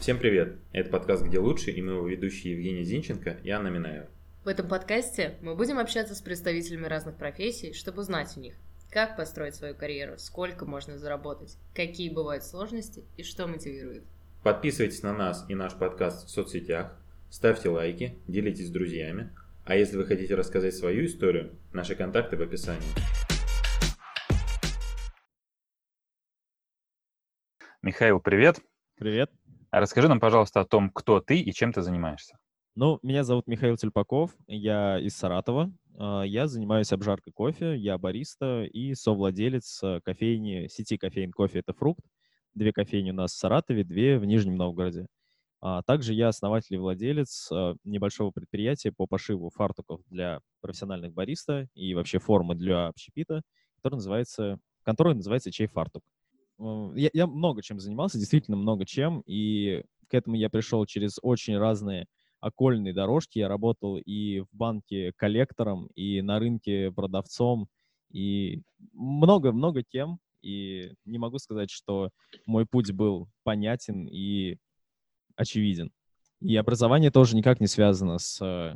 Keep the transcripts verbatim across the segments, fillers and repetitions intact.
Всем привет! Это подкаст «Где лучше» и мы его ведущие Евгений Зинченко и Анна Минаева. В этом подкасте мы будем общаться с представителями разных профессий, чтобы узнать у них, как построить свою карьеру, сколько можно заработать, какие бывают сложности и что мотивирует. Подписывайтесь на нас и наш подкаст в соцсетях, ставьте лайки, делитесь с друзьями, а если вы хотите рассказать свою историю, наши контакты в описании. Михаил, привет. Привет. Расскажи нам, пожалуйста, о том, кто ты и чем ты занимаешься. Ну, меня зовут Михаил Тюльпаков, я из Саратова. А, Я занимаюсь обжаркой кофе, я бариста и совладелец а, кофейни, сети кофеин «Кофе — это фрукт». Две кофейни у нас в Саратове, две в Нижнем Новгороде. А Также я основатель и владелец а, небольшого предприятия по пошиву фартуков для профессиональных бариста и вообще формы для общепита, который называется, который называется «Чей фартук». Э, Я, я много чем занимался, действительно много чем, и к этому я пришел через очень разные окольные дорожки. Я работал и в банке коллектором, и на рынке продавцом, и много-много тем. И не могу сказать, что мой путь был понятен и очевиден. И образование тоже никак не связано с э,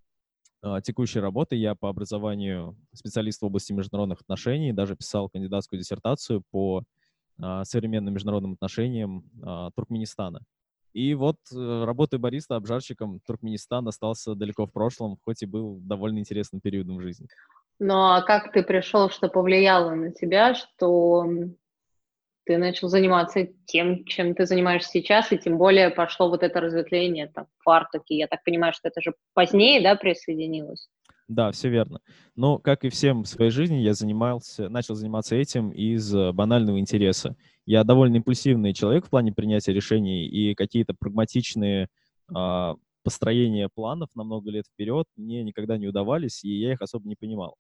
э, текущей работой. Я по образованию специалист в области международных отношений, даже писал кандидатскую диссертацию по а, современным международным отношениям а, Туркменистана. И вот, э, работая бариста, обжарщиком, Туркменистан остался далеко в прошлом, хоть и был довольно интересным периодом в жизни. Ну а как ты пришел, что повлияло на тебя, что м, ты начал заниматься тем, чем ты занимаешься сейчас, и тем более пошло вот это разветвление, там, фартуки. Я так понимаю, что это же позднее, да, присоединилось? Да, все верно. Но, как и всем в своей жизни, я занимался, начал заниматься этим из э, банального интереса. Я довольно импульсивный человек в плане принятия решений, и какие-то прагматичные а, построения планов на много лет вперед мне никогда не удавались, и я их особо не понимал.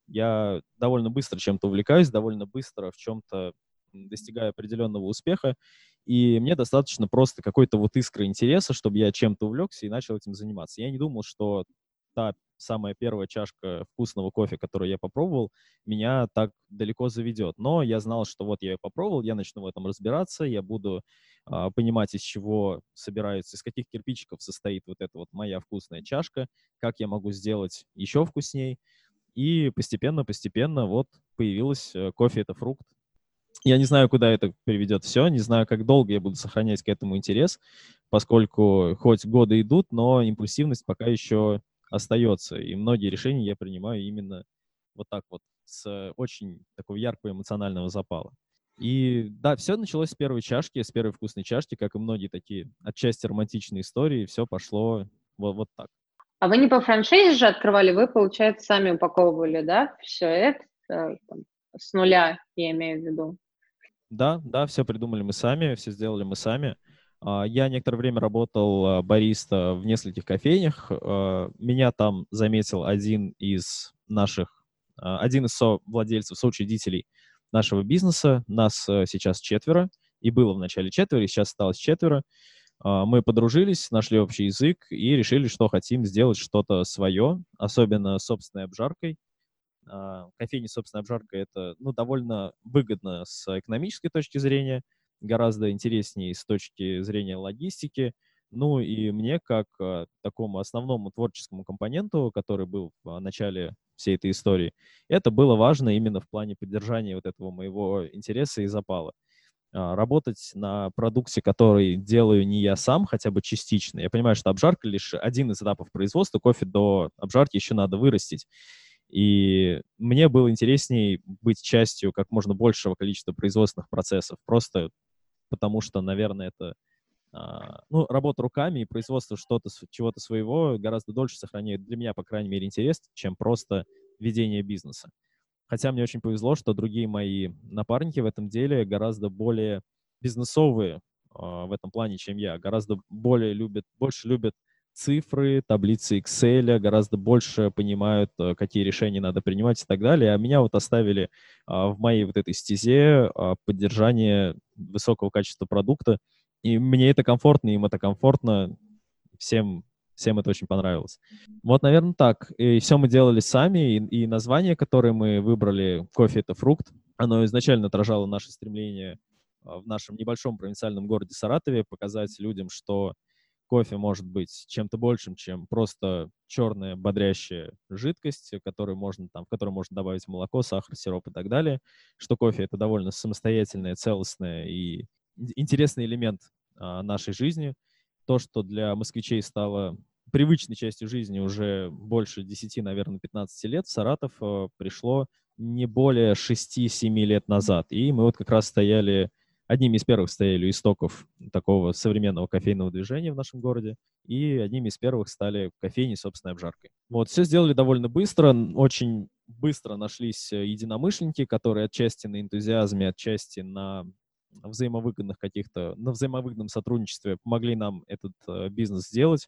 Я довольно быстро чем-то увлекаюсь, довольно быстро в чем-то достигаю определенного успеха, и мне достаточно просто какой-то вот искры интереса, чтобы я чем-то увлекся и начал этим заниматься. Я не думал, что та самая первая чашка вкусного кофе, которую я попробовал, меня так далеко заведет. Но я знал, что вот я ее попробовал, я начну в этом разбираться, я буду а, понимать, из чего собираются, из каких кирпичиков состоит вот эта вот моя вкусная чашка, как я могу сделать еще вкусней. И постепенно-постепенно вот появилось э, кофе — это фрукт. Я не знаю, куда это приведет все, не знаю, как долго я буду сохранять к этому интерес, поскольку хоть годы идут, но импульсивность пока еще остается, и многие решения я принимаю именно вот так вот, с очень такого яркого эмоционального запала. И да, все началось с первой чашки, с первой вкусной чашки, как и многие такие отчасти романтичные истории, все пошло вот, вот так. А вы не по франшизе же открывали, вы, получается, сами упаковывали, да, все это э, там, с нуля, я имею в виду. Да, да, все придумали мы сами, все сделали мы сами. А, Я некоторое время работал а, бариста в нескольких кофейнях. А, Меня там заметил один из наших, а, один из совладельцев, соучредителей нашего бизнеса. Нас а, сейчас четверо, и было вначале четверо, и сейчас осталось четверо. А, Мы подружились, нашли общий язык и решили, что хотим сделать что-то свое, особенно с собственной обжаркой. А, Кофейня собственной обжаркой — это, ну, довольно выгодно с экономической точки зрения, гораздо интереснее с точки зрения логистики. Ну и мне, как а, такому основному творческому компоненту, который был в а, начале всей этой истории, это было важно именно в плане поддержания вот этого моего интереса и запала. А, Работать на продукте, который делаю не я сам, хотя бы частично. Я понимаю, что обжарка лишь один из этапов производства, кофе до обжарки еще надо вырастить. И мне было интереснее быть частью как можно большего количества производственных процессов, просто потому что, наверное, это а, ну, работа руками и производство что-то, с- чего-то своего гораздо дольше сохраняет для меня, по крайней мере, интерес, чем просто ведение бизнеса. Хотя мне очень повезло, что другие мои напарники в этом деле гораздо более бизнесовые а, в этом плане, чем я. Гораздо более любят, больше любят цифры, таблицы Excel, гораздо больше понимают, э, какие решения надо принимать и так далее. А меня вот оставили а, в моей вот этой стезе а, поддержания высокого качества продукта. И мне это комфортно, им это комфортно, всем, всем это очень понравилось. Вот, наверное, так. И все мы делали сами, и, и название, которое мы выбрали, «Кофе — это фрукт», оно изначально отражало наше стремление в нашем небольшом провинциальном городе Саратове, показать людям, что кофе может быть чем-то большим, чем просто черная бодрящая жидкость, которую можно, там, в которую можно добавить молоко, сахар, сироп и так далее, что кофе — это довольно самостоятельное, целостное и интересный элемент а, нашей жизни. То, что для москвичей стало привычной частью жизни уже больше десяти, наверное, пятнадцати лет, в Саратов а, пришло не более шести-семи лет назад. И мы вот как раз стояли... Одними из первых стояли у истоков такого современного кофейного движения в нашем городе, и одними из первых стали кофейни с собственной обжаркой. Вот, все сделали довольно быстро, очень быстро нашлись единомышленники, которые отчасти на энтузиазме, отчасти на взаимовыгодных каких-то, на взаимовыгодном сотрудничестве помогли нам этот э, бизнес сделать,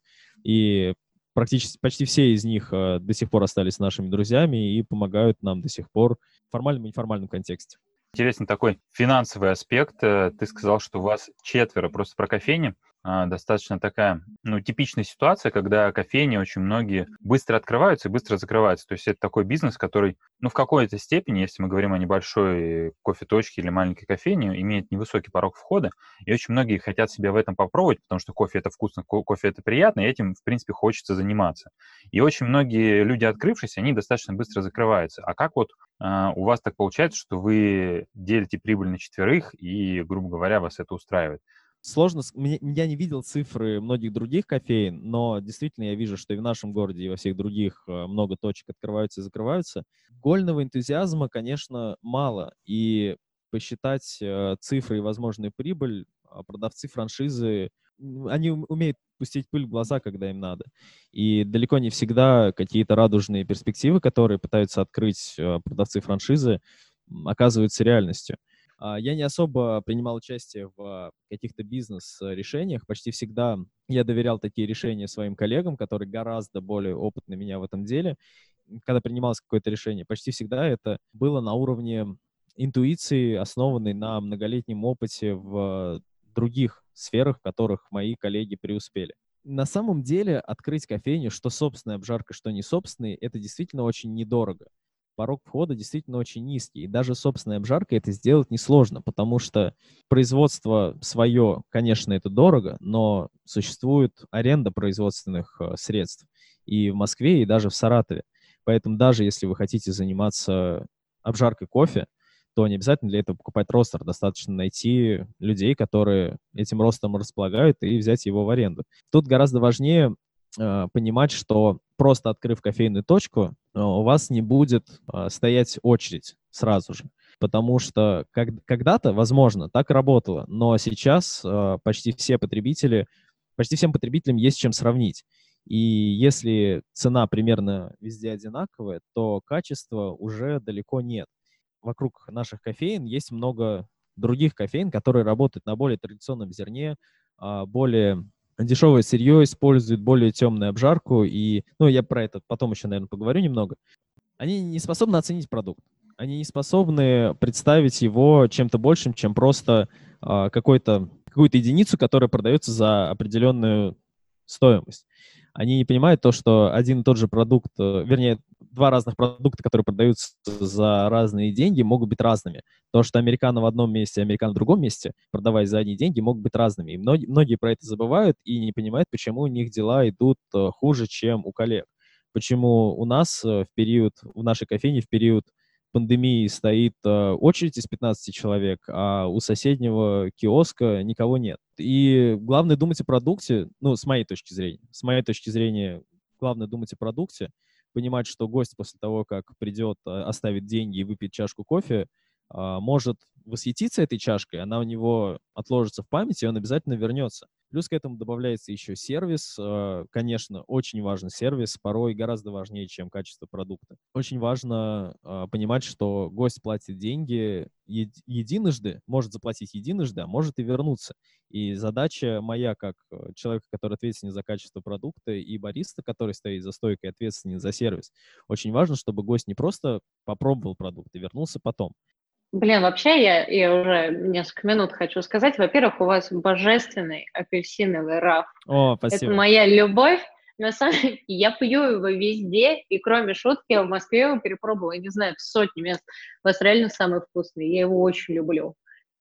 и практически почти все из них э, до сих пор остались нашими друзьями и помогают нам до сих пор в формальном и неформальном контексте. Интересный такой финансовый аспект. Э, Ты сказал, что у вас четверо. Просто про кофейни а, достаточно такая, ну, типичная ситуация, когда кофейни очень многие быстро открываются и быстро закрываются. То есть это такой бизнес, который, ну, в какой-то степени, если мы говорим о небольшой кофе-точке или маленькой кофейне, имеет невысокий порог входа, и очень многие хотят себя в этом попробовать, потому что кофе — это вкусно, ко- кофе — это приятно, и этим, в принципе, хочется заниматься. И очень многие люди, открывшись, они достаточно быстро закрываются. А как вот а, у вас так получается, что вы делите прибыль на четверых, и, грубо говоря, вас это устраивает? Сложно, с- мне- я не видел цифры многих других кофеин, но действительно я вижу, что и в нашем городе, и во всех других э, много точек открываются и закрываются. Гольного энтузиазма, конечно, мало, и посчитать э, цифры и возможную прибыль а продавцы франшизы, м, они ум- умеют пустить пыль в глаза, когда им надо. И далеко не всегда какие-то радужные перспективы, которые пытаются открыть э, продавцы франшизы, м, оказываются реальностью. А, Я не особо принимал участие в каких-то бизнес-решениях. Почти всегда я доверял такие решения своим коллегам, которые гораздо более опытны меня в этом деле. М, Когда принималось какое-то решение, почти всегда это было на уровне интуиции, основанной на многолетнем опыте в других сферах, в которых мои коллеги преуспели. На самом деле открыть кофейню, что собственная обжарка, что не собственная, это действительно очень недорого. Порог входа действительно очень низкий. И даже собственной обжаркой это сделать несложно, потому что производство свое, конечно, это дорого, но существует аренда производственных э, средств и в Москве, и даже в Саратове. Поэтому даже если вы хотите заниматься обжаркой кофе, то не обязательно для этого покупать ростер. Достаточно найти людей, которые этим ростером располагают, и взять его в аренду. Тут гораздо важнее э, понимать, что просто открыв кофейную точку, э, у вас не будет э, стоять очередь сразу же. Потому что как, когда-то, возможно, так работало, но сейчас э, почти все потребители, почти всем потребителям есть с чем сравнить. И если цена примерно везде одинаковая, то качества уже далеко нет. Вокруг наших кофеин есть много других кофеин, которые работают на более традиционном зерне, а, более дешевое сырье используют, более темную обжарку. И, ну, я про это потом еще, наверное, поговорю немного. Они не способны оценить продукт. Они не способны представить его чем-то большим, чем просто а, какой-то, какую-то единицу, которая продается за определенную стоимость. Они не понимают то, что один и тот же продукт, э, вернее, два разных продукта, которые продаются за разные деньги, могут быть разными. То, что американо в одном месте, американо в другом месте, продаваясь за одни деньги, могут быть разными. И многие, многие про это забывают и не понимают, почему у них дела идут э, хуже, чем у коллег. Почему у нас э, в период, в нашей кофейне в период пандемии стоит э, очередь из пятнадцати человек, а у соседнего киоска никого нет. И главное думать о продукте, ну, с моей точки зрения. С моей точки зрения, главное думать о продукте, понимать, что гость после того, как придет, э, оставит деньги и выпьет чашку кофе, а, может восхититься этой чашкой, она у него отложится в памяти, и он обязательно вернется. Плюс к этому добавляется еще сервис. э, Конечно, очень важный сервис, порой гораздо важнее, чем качество продукта. Очень важно э, понимать, что гость платит деньги еди- единожды, может заплатить единожды, а может и вернуться. И задача моя, как э, человека, который ответственен за качество продукта, и бариста, который стоит за стойкой, ответственен за сервис, очень важно, чтобы гость не просто попробовал продукт и вернулся потом. Блин, вообще я, я уже несколько минут хочу сказать. Во-первых, у вас божественный апельсиновый раф. О, Это спасибо. моя любовь. На самом деле, я пью его везде, и кроме шутки, я в Москве его перепробовала, я не знаю, в сотни мест. У вас реально самый вкусный, я его очень люблю.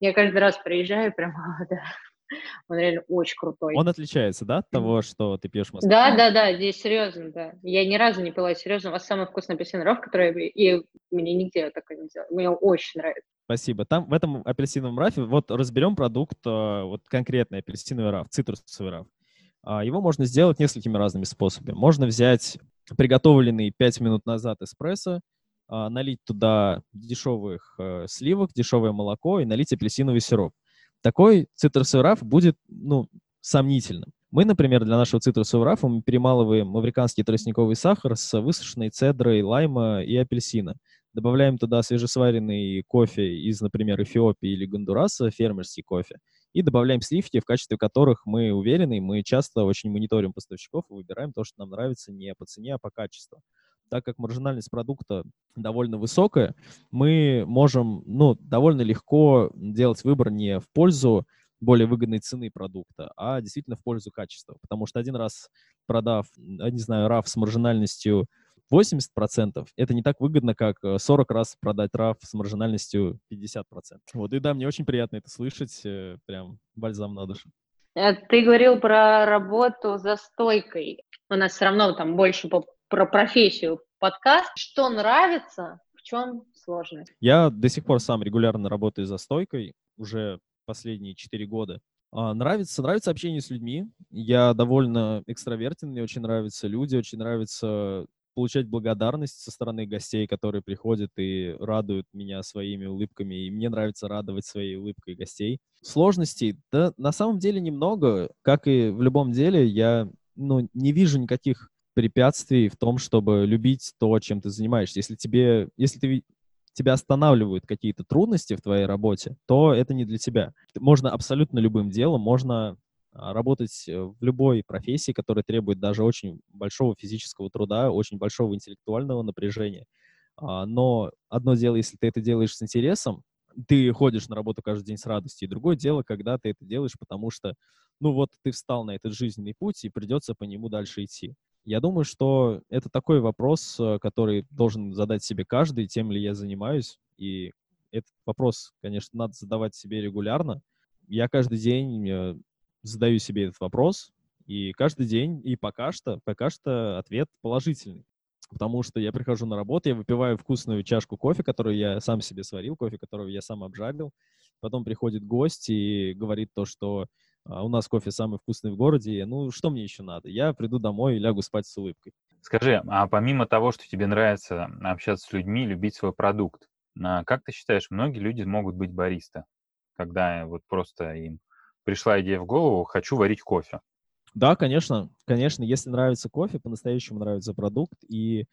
Я каждый раз приезжаю, прям, да, он реально очень крутой. Он отличается, да, от того, что ты пьешь в Москве? Да, да, да, здесь серьезно, да. Я ни разу не пила серьезно. У вас самый вкусный апельсиновый раф, который я пью, и мне нигде такое не делают. Мне очень нравится. Спасибо. Там в этом апельсиновом рафе, вот разберем продукт, а, вот конкретный апельсиновый раф, цитрусовый раф. А, Его можно сделать несколькими разными способами. Можно взять приготовленный пять минут назад эспрессо, а, налить туда дешевых э, сливок, дешевое молоко и налить апельсиновый сироп. Такой цитрусовый раф будет, ну, сомнительным. Мы, например, для нашего цитрусового рафа мы перемалываем мавриканский тростниковый сахар с высушенной цедрой лайма и апельсина. Добавляем туда свежесваренный кофе из, например, Эфиопии или Гондураса, фермерский кофе, и добавляем сливки, в качестве которых мы уверены, мы часто очень мониторим поставщиков и выбираем то, что нам нравится не по цене, а по качеству. Так как маржинальность продукта довольно высокая, мы можем, ну, довольно легко делать выбор не в пользу более выгодной цены продукта, а действительно в пользу качества. Потому что один раз продав, я не знаю, раф с маржинальностью восемьдесят процентов, это не так выгодно, как э, сорок раз продать раф с маржинальностью пятьдесят процентов. Вот, и да, мне очень приятно это слышать, э, прям бальзам на душу. Э, Ты говорил про работу за стойкой. У нас все равно там больше по- про профессию подкаст. Что нравится, в чем сложность? Я до сих пор сам регулярно работаю за стойкой, уже последние четыре года. А, Нравится, нравится общение с людьми. Я довольно экстравертен, мне очень нравятся люди, очень нравится получать благодарность со стороны гостей, которые приходят и радуют меня своими улыбками, и мне нравится радовать своей улыбкой гостей. Сложностей, да, на самом деле немного. Как и в любом деле, я, ну, не вижу никаких препятствий в том, чтобы любить то, чем ты занимаешься. Если тебе, если ты ви- тебя останавливают какие-то трудности в твоей работе, то это не для тебя. Можно абсолютно любым делом, можно а, работать э, в любой профессии, которая требует даже очень большого физического труда, очень большого интеллектуального напряжения. А, Но одно дело, если ты это делаешь с интересом, ты ходишь на работу каждый день с радостью, и другое дело, когда ты это делаешь, потому что, ну вот, ты встал на этот жизненный путь, и придется по нему дальше идти. Я думаю, что это такой вопрос, э, который должен задать себе каждый, тем ли я занимаюсь. И этот вопрос, конечно, надо задавать себе регулярно. Я каждый день э, задаю себе этот вопрос, и каждый день, и пока что, пока что ответ положительный. Потому что я прихожу на работу, я выпиваю вкусную чашку кофе, которую я сам себе сварил, кофе, которого я сам обжарил. Потом приходит гость и говорит то, что а, у нас кофе самый вкусный в городе. Ну, что мне еще надо? Я приду домой и лягу спать с улыбкой. Скажи, а помимо того, что тебе нравится общаться с людьми, любить свой продукт, а, как ты считаешь, многие люди могут быть бариста, когда вот просто им пришла идея в голову, хочу варить кофе? Да, конечно, конечно, если нравится кофе, по-настоящему нравится продукт, и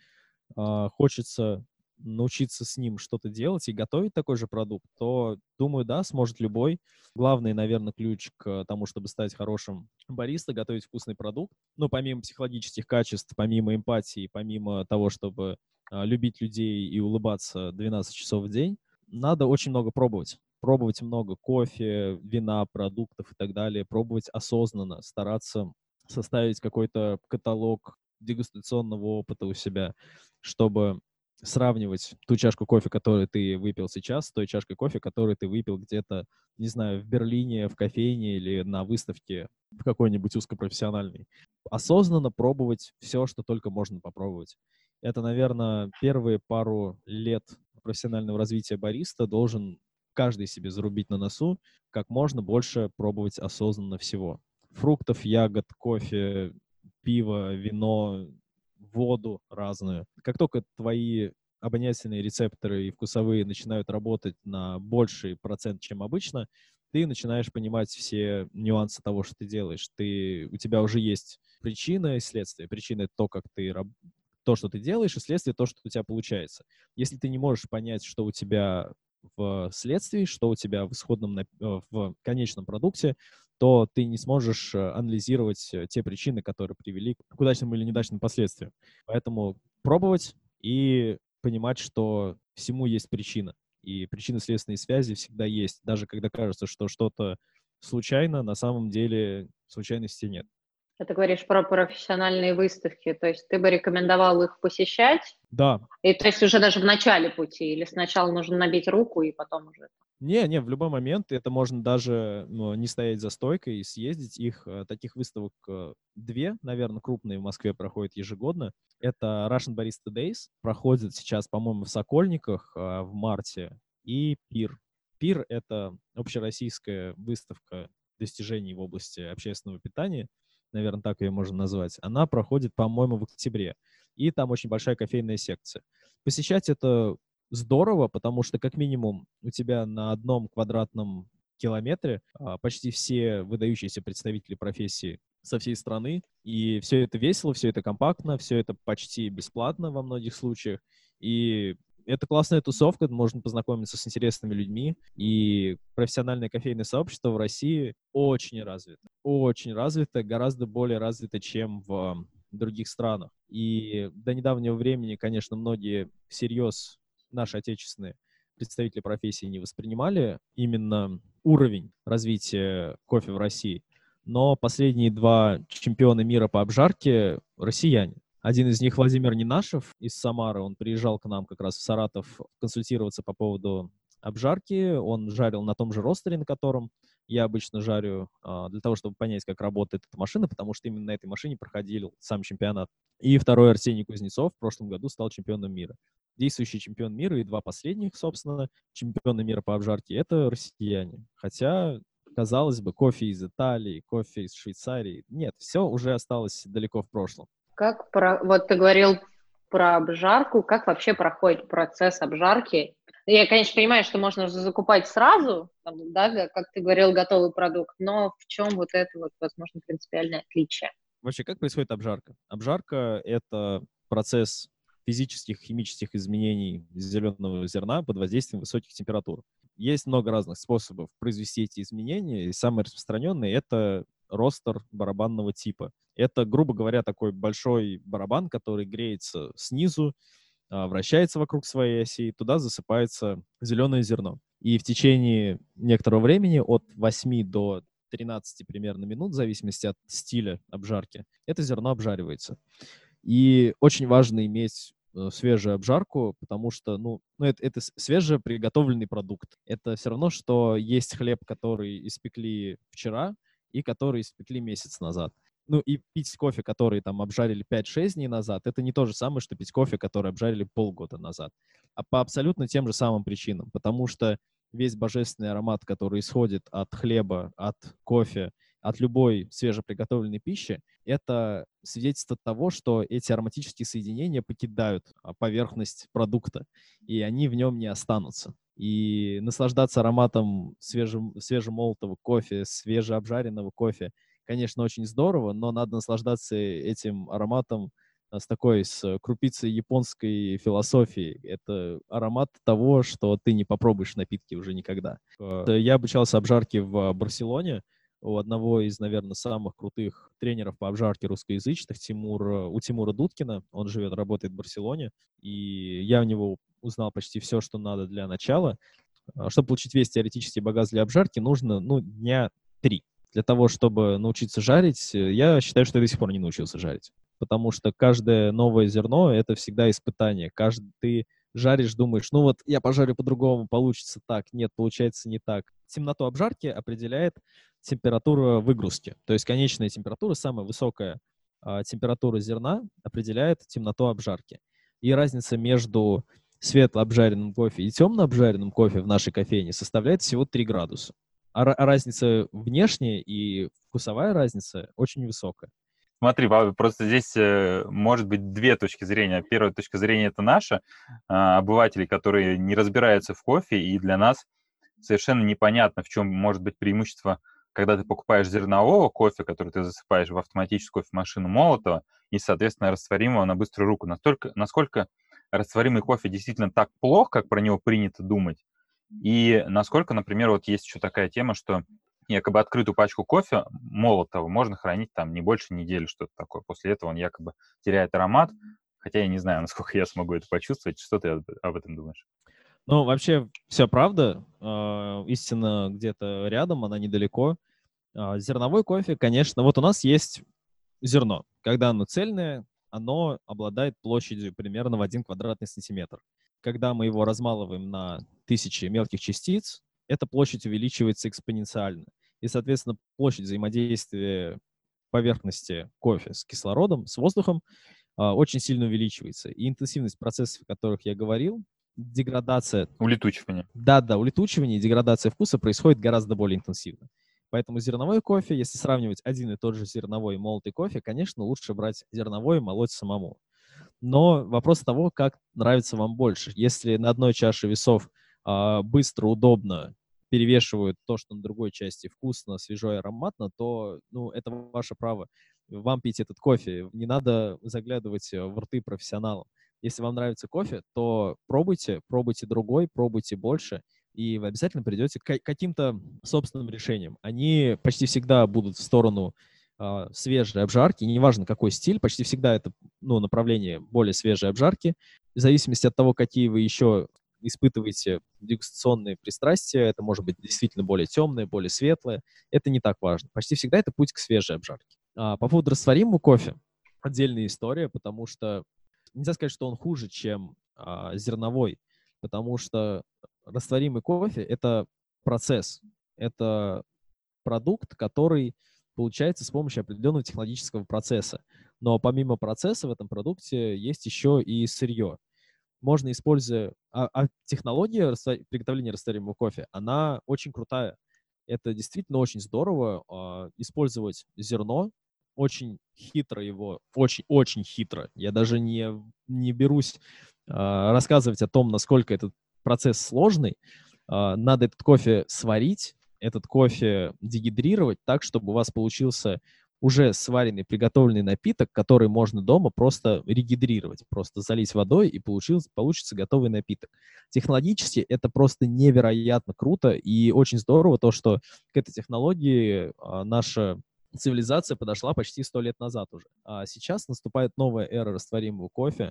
а, хочется научиться с ним что-то делать и готовить такой же продукт, то, думаю, да, сможет любой. Главный, наверное, ключ к тому, чтобы стать хорошим бариста, готовить вкусный продукт. Ну, помимо психологических качеств, помимо эмпатии, помимо того, чтобы а, любить людей и улыбаться двенадцать часов в день, надо очень много пробовать. Пробовать много кофе, вина, продуктов и так далее. Пробовать осознанно, стараться составить какой-то каталог дегустационного опыта у себя, чтобы сравнивать ту чашку кофе, которую ты выпил сейчас, с той чашкой кофе, которую ты выпил где-то, не знаю, в Берлине, в кофейне или на выставке в какой-нибудь узкопрофессиональной. Осознанно пробовать все, что только можно попробовать. Это, наверное, первые пару лет профессионального развития бариста должен каждый себе зарубить на носу, как можно больше пробовать осознанно всего. Фруктов, ягод, кофе, пиво, вино, воду разную. Как только твои обонятельные рецепторы и вкусовые начинают работать на больший процент, чем обычно, ты начинаешь понимать все нюансы того, что ты делаешь. Ты, у тебя уже есть причина и следствие. Причина — это то, как ты раб- то, что ты делаешь, и следствие — то, что у тебя получается. Если ты не можешь понять, что у тебя в следствии, что у тебя в исходном, нап- э, в конечном продукте, то ты не сможешь э, анализировать э, те причины, которые привели к удачным или неудачным последствиям. Поэтому пробовать и понимать, что всему есть причина. И причинно-следственные связи всегда есть. Даже когда кажется, что что-то случайно, на самом деле случайности нет. Ты говоришь про профессиональные выставки, то есть ты бы рекомендовал их посещать Да. И то есть уже даже в начале пути, или сначала нужно набить руку и потом уже... Не, не, в любой момент это можно даже ну, не стоять за стойкой и съездить. Их э, таких выставок э, две, наверное, крупные в Москве проходят ежегодно. Это Russian Barista Days, проходит сейчас, по-моему, в Сокольниках э, в марте, и пир. пир — это общероссийская выставка достижений в области общественного питания, наверное, так ее можно назвать. Она проходит, по-моему, в октябре, и там очень большая кофейная секция. Посещать это здорово, потому что как минимум у тебя на одном квадратном километре а, почти все выдающиеся представители профессии со всей страны, и все это весело, все это компактно, все это почти бесплатно во многих случаях, и это классная тусовка, можно познакомиться с интересными людьми, и профессиональное кофейное сообщество в России очень развито, очень развито, гораздо более развито, чем в других странах. И до недавнего времени, конечно, многие всерьез наши отечественные представители профессии не воспринимали именно уровень развития кофе в России. Но последние два чемпиона мира по обжарке — россияне. Один из них Владимир Ненашев из Самары. Он приезжал к нам как раз в Саратов консультироваться по поводу обжарки. Он жарил на том же ростере, на котором я обычно жарю, для того, чтобы понять, как работает эта машина, потому что именно на этой машине проходил сам чемпионат. И второй Арсений Кузнецов в прошлом году стал чемпионом мира. Действующий чемпион мира и два последних, собственно, чемпиона мира по обжарке — это россияне. Хотя, казалось бы, кофе из Италии, кофе из Швейцарии. Нет, все уже осталось далеко в прошлом. Как про... Вот ты говорил про обжарку. Как вообще проходит процесс обжарки? Я, конечно, понимаю, что можно закупать сразу, там, да, как ты говорил, готовый продукт, но в чем вот это вот, возможно, принципиальное отличие? Вообще, как происходит обжарка? Обжарка — это процесс физических, химических изменений зеленого зерна под воздействием высоких температур. Есть много разных способов произвести эти изменения, и самый распространенный — это ростер барабанного типа. Это, грубо говоря, такой большой барабан, который греется снизу, вращается вокруг своей оси, туда засыпается зеленое зерно. И в течение некоторого времени, от восьми до тринадцати примерно минут, в зависимости от стиля обжарки, это зерно обжаривается. И очень важно иметь свежую обжарку, потому что, ну, ну это, это свежеприготовленный продукт. Это все равно, что есть хлеб, который испекли вчера и который испекли месяц назад. Ну и пить кофе, который там обжарили пять-шесть дней назад, это не то же самое, что пить кофе, который обжарили полгода назад. А по абсолютно тем же самым причинам. Потому что весь божественный аромат, который исходит от хлеба, от кофе, от любой свежеприготовленной пищи, это свидетельство того, что эти ароматические соединения покидают поверхность продукта, и они в нем не останутся. И наслаждаться ароматом свежем, свежемолотого кофе, свежеобжаренного кофе, конечно, очень здорово, но надо наслаждаться этим ароматом с такой, с крупицей японской философии. Это аромат того, что ты не попробуешь напитки уже никогда. Я обучался обжарке в Барселоне у одного из, наверное, самых крутых тренеров по обжарке русскоязычных, Тимур, у Тимура Дудкина. Он живет, работает в Барселоне, и я у него узнал почти все, что надо для начала. Чтобы получить весь теоретический багаж для обжарки, нужно, ну, дня три. Для того, чтобы научиться жарить, я считаю, что я до сих пор не научился жарить. Потому что каждое новое зерно — это всегда испытание. Каждый, ты жаришь, думаешь, ну вот я пожарю по-другому, получится так. Нет, получается не так. Темноту обжарки определяет температура выгрузки. То есть конечная температура, самая высокая а, температура зерна определяет темноту обжарки. И разница между светло обжаренным кофе и темно обжаренным кофе в нашей кофейне составляет всего три градуса. А разница внешняя и вкусовая разница очень высокая. Смотри, просто здесь может быть две точки зрения. Первая точка зрения — это наша, обыватели, которые не разбираются в кофе, и для нас совершенно непонятно, в чем может быть преимущество, когда ты покупаешь зернового кофе, который ты засыпаешь в автоматическую кофемашину молотого, и, соответственно, растворимого на быструю руку. Настолько, насколько растворимый кофе действительно так плох, как про него принято думать, и насколько, например, вот есть еще такая тема, что якобы открытую пачку кофе молотого можно хранить там не больше недели, что-то такое. После этого он якобы теряет аромат, хотя я не знаю, насколько я смогу это почувствовать. Что ты об этом думаешь? Ну, вообще, все правда. Истина где-то рядом, она недалеко. Зерновой кофе, конечно, вот у нас есть зерно. Когда оно цельное, оно обладает площадью примерно в один квадратный сантиметр. Когда мы его размалываем на тысячи мелких частиц, эта площадь увеличивается экспоненциально. И, соответственно, площадь взаимодействия поверхности кофе с кислородом, с воздухом, а, очень сильно увеличивается. И интенсивность процессов, о которых я говорил, деградация... Улетучивание. Да-да, улетучивание и деградация вкуса происходит гораздо более интенсивно. Поэтому зерновой кофе, если сравнивать один и тот же зерновой и молотый кофе, конечно, лучше брать зерновой и молоть самому. Но вопрос того, как нравится вам больше. Если на одной чаше весов а, быстро, удобно перевешивают то, что на другой части вкусно, свежо и ароматно, то, ну, это ваше право. Вам пить этот кофе. Не надо заглядывать в рты профессионалам. Если вам нравится кофе, то пробуйте, пробуйте другой, пробуйте больше, и вы обязательно придете к каким-то собственным решениям. Они почти всегда будут в сторону а, свежей обжарки, неважно какой стиль, почти всегда это, ну, направление более свежей обжарки. В зависимости от того, какие вы еще испытываете дегустационные пристрастия, это может быть действительно более темное, более светлое, это не так важно. Почти всегда это путь к свежей обжарке. А, по поводу растворимого кофе, отдельная история, потому что нельзя сказать, что он хуже, чем а, зерновой, потому что растворимый кофе — это процесс, это продукт, который получается с помощью определенного технологического процесса. Но помимо процесса в этом продукте есть еще и сырье. Можно, используя... А, а технология раствор... приготовления растворимого кофе, она очень крутая. Это действительно очень здорово а, использовать зерно, очень хитро его, очень-очень хитро. Я даже не, не берусь а, рассказывать о том, насколько этот процесс сложный. А, надо этот кофе сварить, этот кофе дегидрировать так, чтобы у вас получился уже сваренный, приготовленный напиток, который можно дома просто регидрировать, просто залить водой, и получился, получится готовый напиток. Технологически это просто невероятно круто, и очень здорово то, что к этой технологии а, наша цивилизация подошла почти сто лет назад уже. А сейчас наступает новая эра растворимого кофе,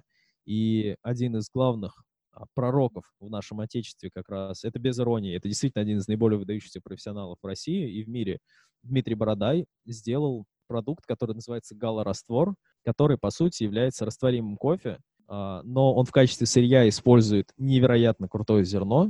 и один из главных а, пророков в нашем Отечестве как раз, это без иронии, это действительно один из наиболее выдающихся профессионалов в России и в мире, Дмитрий Бородай, сделал продукт, который называется гала-раствор, который, по сути, является растворимым кофе, а, но он в качестве сырья использует невероятно крутое зерно,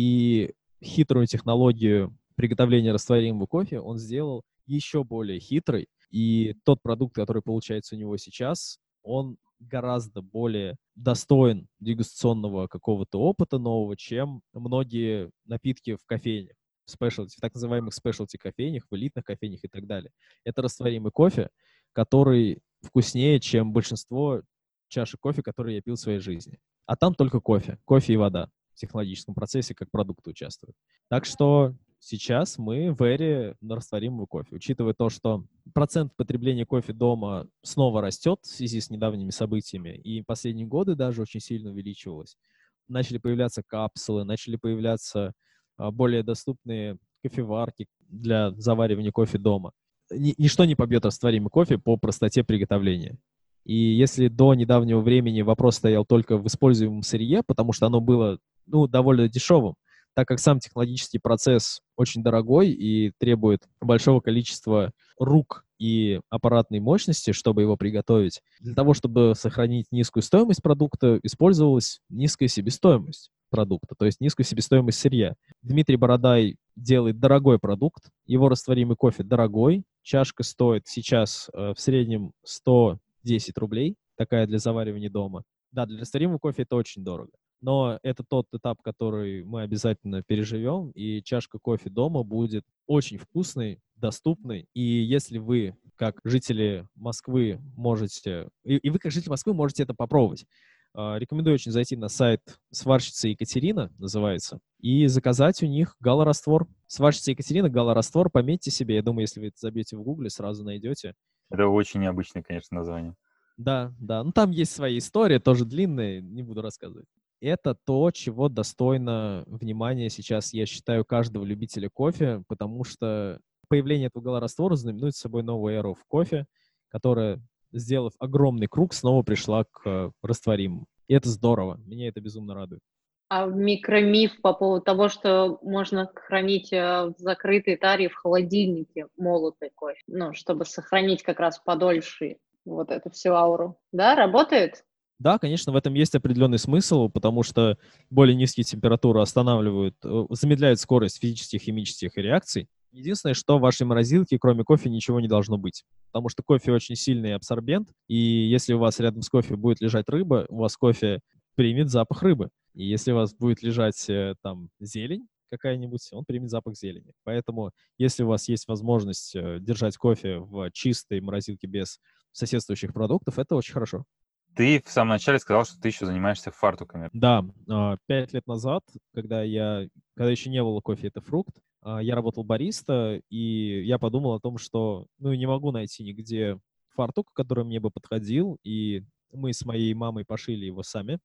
и хитрую технологию приготовления растворимого кофе он сделал еще более хитрой, и тот продукт, который получается у него сейчас, он гораздо более достоин дегустационного какого-то опыта нового, чем многие напитки в кофейнях, в спешлти, в так называемых спешлти кофейнях, в элитных кофейнях и так далее. Это растворимый кофе, который вкуснее, чем большинство чашек кофе, которые я пил в своей жизни. А там только кофе, кофе и вода в технологическом процессе как продукты участвуют. Так что сейчас мы в эре растворимого кофе. Учитывая то, что процент потребления кофе дома снова растет в связи с недавними событиями, и последние годы даже очень сильно увеличивалось. Начали появляться капсулы, начали появляться а, более доступные кофеварки для заваривания кофе дома. Ни, ничто не побьет растворимый кофе по простоте приготовления. И если до недавнего времени вопрос стоял только в используемом сырье, потому что оно было, ну, довольно дешевым, так как сам технологический процесс очень дорогой и требует большого количества рук и аппаратной мощности, чтобы его приготовить. Для того, чтобы сохранить низкую стоимость продукта, использовалась низкая себестоимость продукта, то есть низкая себестоимость сырья. Дмитрий Бородай делает дорогой продукт, его растворимый кофе дорогой, чашка стоит сейчас э, в среднем сто десять рублей, такая для заваривания дома. Да, для растворимого кофе это очень дорого. Но это тот этап, который мы обязательно переживем, и чашка кофе дома будет очень вкусной, доступной. И если вы, как жители Москвы, можете... И, и вы, как жители Москвы, можете это попробовать. Uh, рекомендую очень зайти на сайт «Сварщица Екатерина», называется, и заказать у них гала-раствор. «Сварщица Екатерина», гала-раствор, пометьте себе. Я думаю, если вы это забьете в гугле, сразу найдете. Это очень необычное, конечно, название. Да, да. Ну, там есть своя история, тоже длинная, не буду рассказывать. Это то, чего достойно внимания сейчас, я считаю, каждого любителя кофе, потому что появление этого гала-раствора знаменует собой новую эру в кофе, которая, сделав огромный круг, снова пришла к растворимому. И это здорово. Меня это безумно радует. А микромиф по поводу того, что можно хранить в закрытой таре в холодильнике молотый кофе, ну, чтобы сохранить как раз подольше вот эту всю ауру. Да, работает? Да, конечно, в этом есть определенный смысл, потому что более низкие температуры останавливают, э, замедляют скорость физических, химических реакций. Единственное, что в вашей морозилке, кроме кофе, ничего не должно быть. Потому что кофе очень сильный абсорбент, и если у вас рядом с кофе будет лежать рыба, у вас кофе примет запах рыбы. И если у вас будет лежать э, там зелень какая-нибудь, он примет запах зелени. Поэтому, если у вас есть возможность э, держать кофе в чистой морозилке без соседствующих продуктов, это очень хорошо. Ты в самом начале сказал, что ты еще занимаешься фартуками. Да, а, пять лет назад, когда я, когда еще не было кофе, это фрукт, а, я работал бариста, и я подумал о том, что, ну, не могу найти нигде фартук, который мне бы подходил, и мы с моей мамой пошили его сами,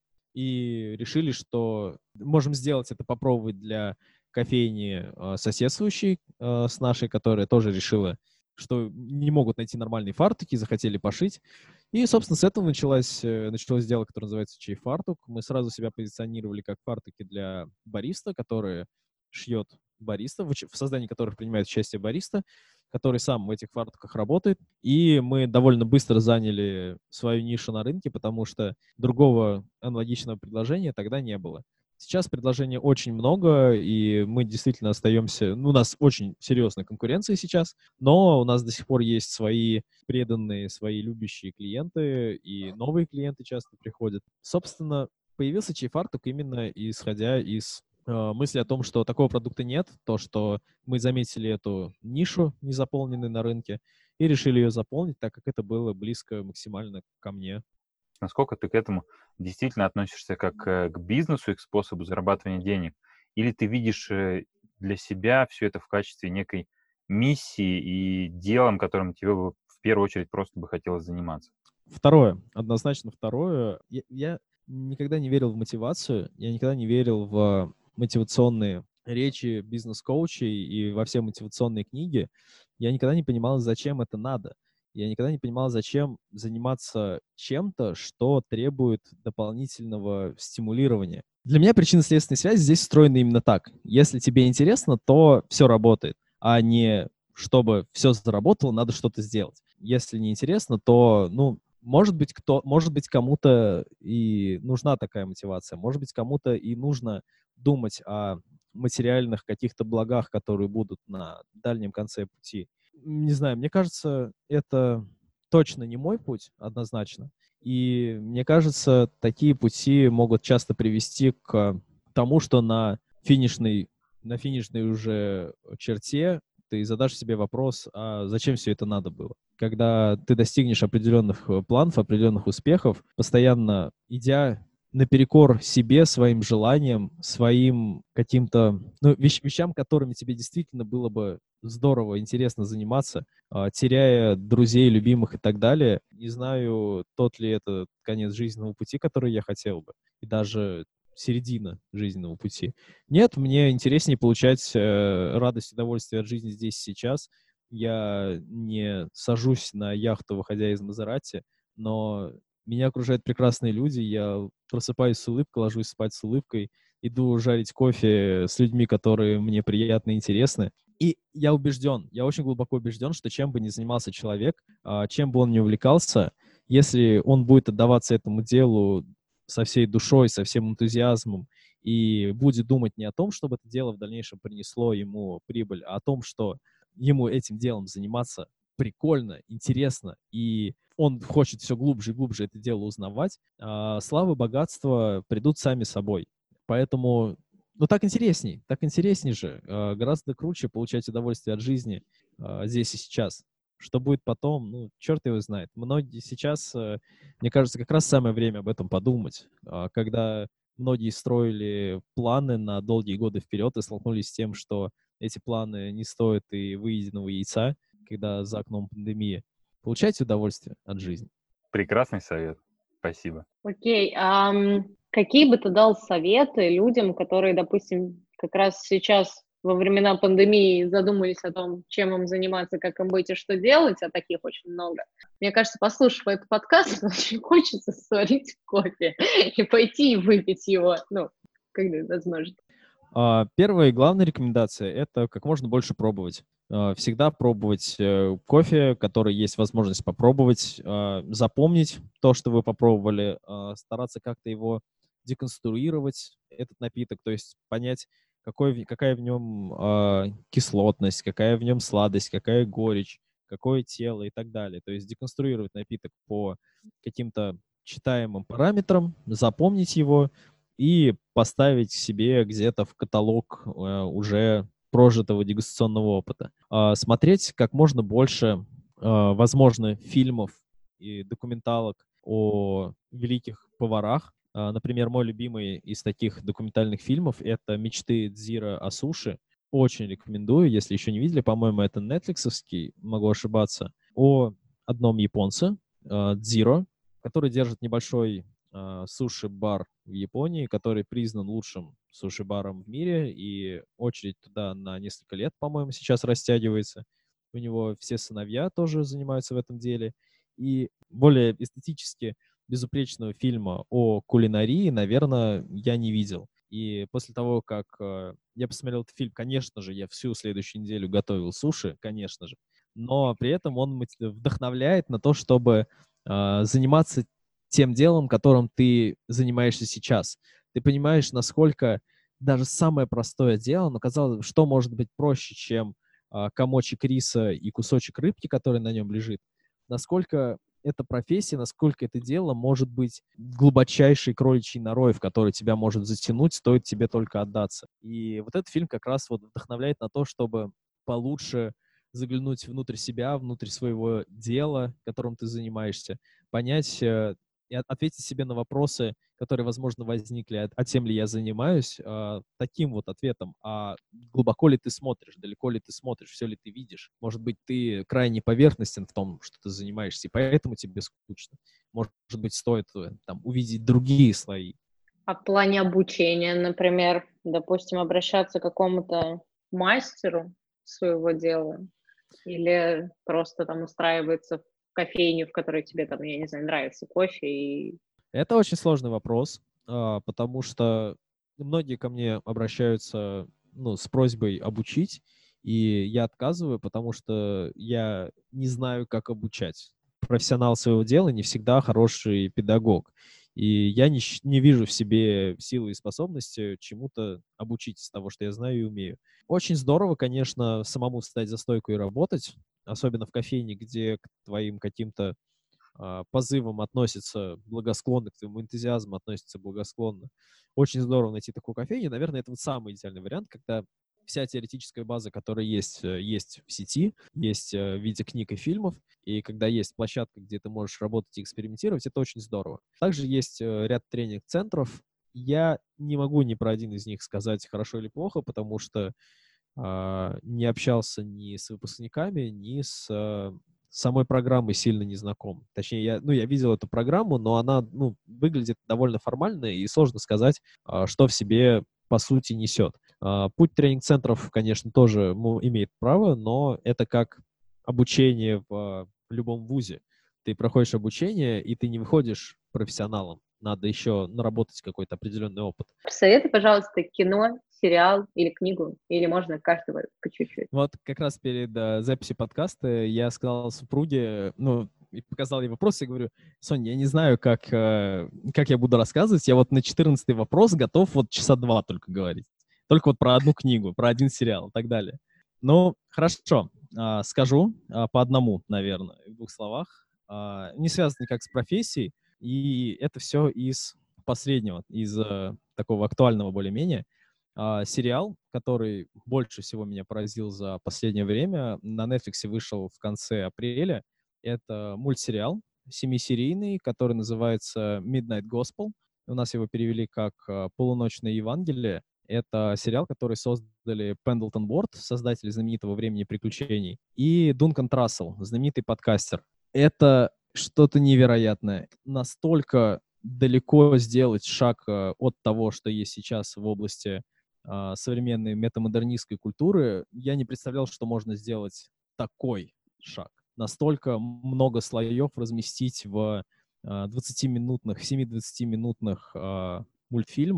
и решили, что можем сделать это, попробовать для кофейни а, соседствующей а, с нашей, которая тоже решила, что не могут найти нормальные фартуки, захотели пошить. И, собственно, с этого началось, э, началось дело, которое называется чай-фартук. Мы сразу себя позиционировали как фартуки для бариста, которые шьет бариста, в, уч- в создании которых принимает участие бариста, который сам в этих фартуках работает. И мы довольно быстро заняли свою нишу на рынке, потому что другого аналогичного предложения тогда не было. Сейчас предложений очень много, и мы действительно остаемся... Ну, у нас очень серьезная конкуренция сейчас, но у нас до сих пор есть свои преданные, свои любящие клиенты, и новые клиенты часто приходят. Собственно, появился чай-фартук именно исходя из э, мысли о том, что такого продукта нет, то, что мы заметили эту нишу, незаполненную на рынке, и решили ее заполнить, так как это было близко максимально ко мне. Насколько ты к этому действительно относишься как э, к бизнесу и к способу зарабатывания денег? Или ты видишь э, для себя все это в качестве некой миссии и делом, которым тебе бы в первую очередь просто бы хотелось заниматься? Второе, однозначно второе. Я, я никогда не верил в мотивацию, я никогда не верил в мотивационные речи бизнес-коучей и во все мотивационные книги. Я никогда не понимал, зачем это надо. Я никогда не понимал, зачем заниматься чем-то, что требует дополнительного стимулирования. Для меня причинно-следственная связь здесь встроена именно так. Если тебе интересно, то все работает, а не чтобы все заработало, надо что-то сделать. Если не интересно, то, ну, может быть, кто, может быть, кому-то и нужна такая мотивация, может быть, кому-то и нужно думать о материальных каких-то благах, которые будут на дальнем конце пути. Не знаю, мне кажется, это точно не мой путь, однозначно. И мне кажется, такие пути могут часто привести к тому, что на финишной, на финишной уже черте ты задашь себе вопрос, а зачем все это надо было? Когда ты достигнешь определенных планов, определенных успехов, постоянно идя наперекор себе, своим желаниям, своим каким-то ну, вещ- вещам, которыми тебе действительно было бы здорово, интересно заниматься, а, теряя друзей, любимых и так далее. Не знаю, тот ли это конец жизненного пути, который я хотел бы, и даже середина жизненного пути. Нет, мне интереснее получать э, радость и удовольствие от жизни здесь и сейчас. Я не сажусь на яхту, выходя из Мазерати, но меня окружают прекрасные люди, я просыпаюсь с улыбкой, ложусь спать с улыбкой, иду жарить кофе с людьми, которые мне приятны и интересны. И я убежден, я очень глубоко убежден, что чем бы ни занимался человек, а, чем бы он ни увлекался, если он будет отдаваться этому делу со всей душой, со всем энтузиазмом, и будет думать не о том, чтобы это дело в дальнейшем принесло ему прибыль, а о том, что ему этим делом заниматься прикольно, интересно, и он хочет все глубже и глубже это дело узнавать, а слава и богатство придут сами собой. Поэтому, ну, так интересней, так интересней же, а, гораздо круче получать удовольствие от жизни а, здесь и сейчас. Что будет потом, ну, черт его знает. Многие сейчас, э, мне кажется, как раз самое время об этом подумать, а, когда многие строили планы на долгие годы вперед и столкнулись с тем, что эти планы не стоят и выеденного яйца, когда за окном пандемия. Получайте удовольствие от жизни. Прекрасный совет. Спасибо. Окей, ам, какие бы ты дал советы людям, которые, допустим, как раз сейчас во времена пандемии задумались о том, чем им заниматься, как им быть и что делать, а таких очень много. Мне кажется, послушав этот подкаст, очень хочется сварить кофе и пойти и выпить его, ну, когда возможно. А, Первая и главная рекомендация — это как можно больше пробовать. А, Всегда пробовать э, кофе, который есть возможность попробовать, а, запомнить то, что вы попробовали, а, стараться как-то его деконструировать, этот напиток, то есть понять, какой, в- какая в нем а, кислотность, какая в нем сладость, какая горечь, какое тело и так далее. То есть деконструировать напиток по каким-то читаемым параметрам, запомнить его и поставить себе где-то в каталог э, уже прожитого дегустационного опыта. А, Смотреть как можно больше, а, возможно, фильмов и документалок о великих поварах. А, Например, мой любимый из таких документальных фильмов — это «Мечты Дзиро о суши». Очень рекомендую, если еще не видели. По-моему, это нетфликсовский, могу ошибаться. О одном японце, э, Дзиро, который держит небольшой э, суши-бар в Японии, который признан лучшим суши-баром в мире, и очередь туда на несколько лет, по-моему, сейчас растягивается. У него все сыновья тоже занимаются в этом деле. И более эстетически безупречного фильма о кулинарии, наверное, я не видел. И после того, как э, я посмотрел этот фильм, конечно же, я всю следующую неделю готовил суши, конечно же, но при этом он моти- вдохновляет на то, чтобы э, заниматься тем делом, которым ты занимаешься сейчас. Ты понимаешь, насколько даже самое простое дело, но казалось бы, что может быть проще, чем а, комочек риса и кусочек рыбки, который на нем лежит, насколько эта профессия, насколько это дело может быть глубочайшей кроличьей норой, в которой тебя может затянуть, стоит тебе только отдаться. И вот этот фильм как раз вот вдохновляет на то, чтобы получше заглянуть внутрь себя, внутрь своего дела, которым ты занимаешься, понять э, и от- ответить себе на вопросы, которые, возможно, возникли, а, а тем ли я занимаюсь, а, таким вот ответом. А глубоко ли ты смотришь, далеко ли ты смотришь, все ли ты видишь? Может быть, ты крайне поверхностен в том, что ты занимаешься, и поэтому тебе скучно. Может быть, стоит э, там увидеть другие слои. А в плане обучения, например, допустим, обращаться к какому-то мастеру своего дела или просто там устраиваться в кофейню, в которой тебе там, я не знаю, нравится кофе и Это очень сложный вопрос, а, потому что многие ко мне обращаются, ну, с просьбой обучить, и я отказываю, потому что я не знаю, как обучать. Профессионал своего дела не всегда хороший педагог. И я не, щ- не вижу в себе силы и способности чему-то обучить из того, что я знаю и умею. Очень здорово, конечно, самому встать за стойку и работать, особенно в кофейне, где к твоим каким-то а, позывам относится благосклонно, к твоему энтузиазму относится благосклонно. Очень здорово найти такую кофейню. Наверное, это вот самый идеальный вариант, когда вся теоретическая база, которая есть, э, есть в сети, есть э, в виде книг и фильмов, и когда есть площадка, где ты можешь работать и экспериментировать, это очень здорово. Также есть э, ряд тренинг-центров. Я не могу ни про один из них сказать, хорошо или плохо, потому что а, не общался ни с выпускниками, ни с а, самой программой сильно не знаком. Точнее, я, ну, я видел эту программу, но она, ну, выглядит довольно формально, и сложно сказать, а, что в себе по сути несет. А, Путь тренинг-центров, конечно, тоже ну, имеет право, но это как обучение в, а, в любом вузе. Ты проходишь обучение, и ты не выходишь профессионалом. Надо еще наработать какой-то определенный опыт. посоветуй, пожалуйста, кино, сериал или книгу, или можно каждого по чуть-чуть. Вот как раз перед э, записью подкаста я сказал супруге, ну, и показал ей вопрос, и говорю: Соня, я не знаю, как, э, как я буду рассказывать, я вот на четырнадцатый вопрос готов вот часа два только говорить. Только вот про одну книгу, про один сериал и так далее. Ну, хорошо, а, скажу а, по одному, наверное, в двух словах. А, не связано никак с профессией, и это все из последнего, из э, такого актуального более-менее. А, сериал, который больше всего меня поразил за последнее время, на Netflix вышел в конце апреля. Это мультсериал семисерийный, который называется Midnight Gospel. У нас его перевели как а, «Полуночное Евангелие». Это сериал, который создали Пендлтон Борд, создатели знаменитого «Времени приключений», и Дункан Трассел, знаменитый подкастер. Это что-то невероятное. Настолько далеко сделать шаг а, от того, что есть сейчас в области а, современной метамодернистской культуры, я не представлял, что можно сделать такой шаг. Настолько много слоев разместить в а, двадцатиминутных, семи-двадцатиминутных а, мультфильмах в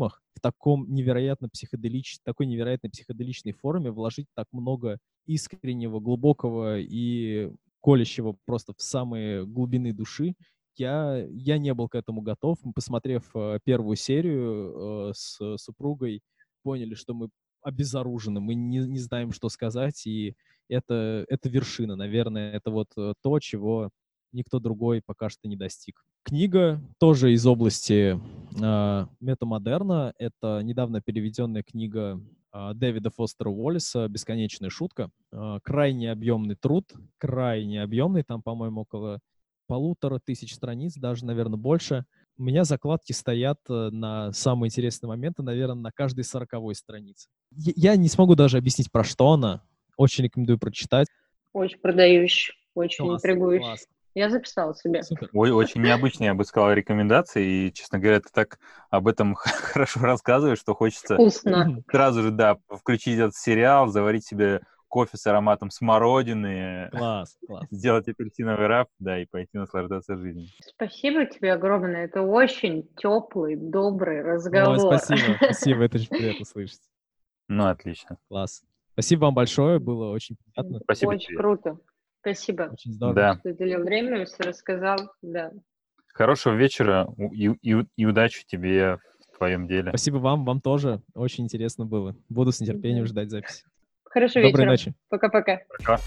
таком невероятно психоделич... такой невероятной психоделичной форме вложить так много искреннего, глубокого и колящего просто в самые глубины души. Я, я не был к этому готов. Мы, посмотрев э, первую серию э, с супругой, поняли, что мы обезоружены, мы не, не знаем, что сказать, и это, это вершина, наверное, это вот э, то, чего никто другой пока что не достиг. Книга тоже из области э, метамодерна. Это недавно переведенная книга э, Дэвида Фостера Уоллеса «Бесконечная шутка». Э, крайне объемный труд, крайне объемный, там, по-моему, около полутора тысяч страниц, даже, наверное, больше. У меня закладки стоят на самые интересные моменты, наверное, на каждой сороковой странице. Я не смогу даже объяснить, про что она. Очень рекомендую прочитать. Очень продающий, очень Класс, интригующий. класс. Я записала себе. Супер. Ой, очень необычные, я бы сказал, рекомендации. И, честно говоря, ты так об этом хорошо рассказываешь, что хочется Вкусно. сразу же, да, включить этот сериал, заварить себе кофе с ароматом смородины, Класс, класс. сделать апельсиновый раф, да, и пойти наслаждаться жизнью. Спасибо тебе огромное. Это очень теплый, добрый разговор. Ой, спасибо, спасибо, это очень приятно слышать. Ну, отлично. Класс. Спасибо вам большое, было очень приятно. Спасибо Очень тебе. круто. Спасибо, Очень здорово. Да. что уделил время, все рассказал. Да. Хорошего вечера и, и, и удачи тебе в твоем деле. Спасибо вам, вам тоже. Очень интересно было. Буду с нетерпением Мгм. ждать записи. Хорошего Доброй вечера. ночи. Пока-пока. Пока.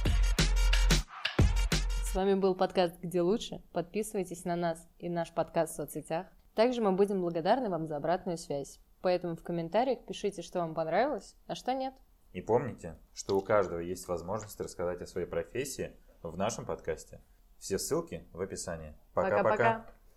С вами был подкаст «Где лучше?». Подписывайтесь на нас и наш подкаст в соцсетях. Также мы будем благодарны вам за обратную связь. Поэтому в комментариях пишите, что вам понравилось, а что нет. И помните, что у каждого есть возможность рассказать о своей профессии в нашем подкасте. Все ссылки в описании. Пока-пока. Пока-пока.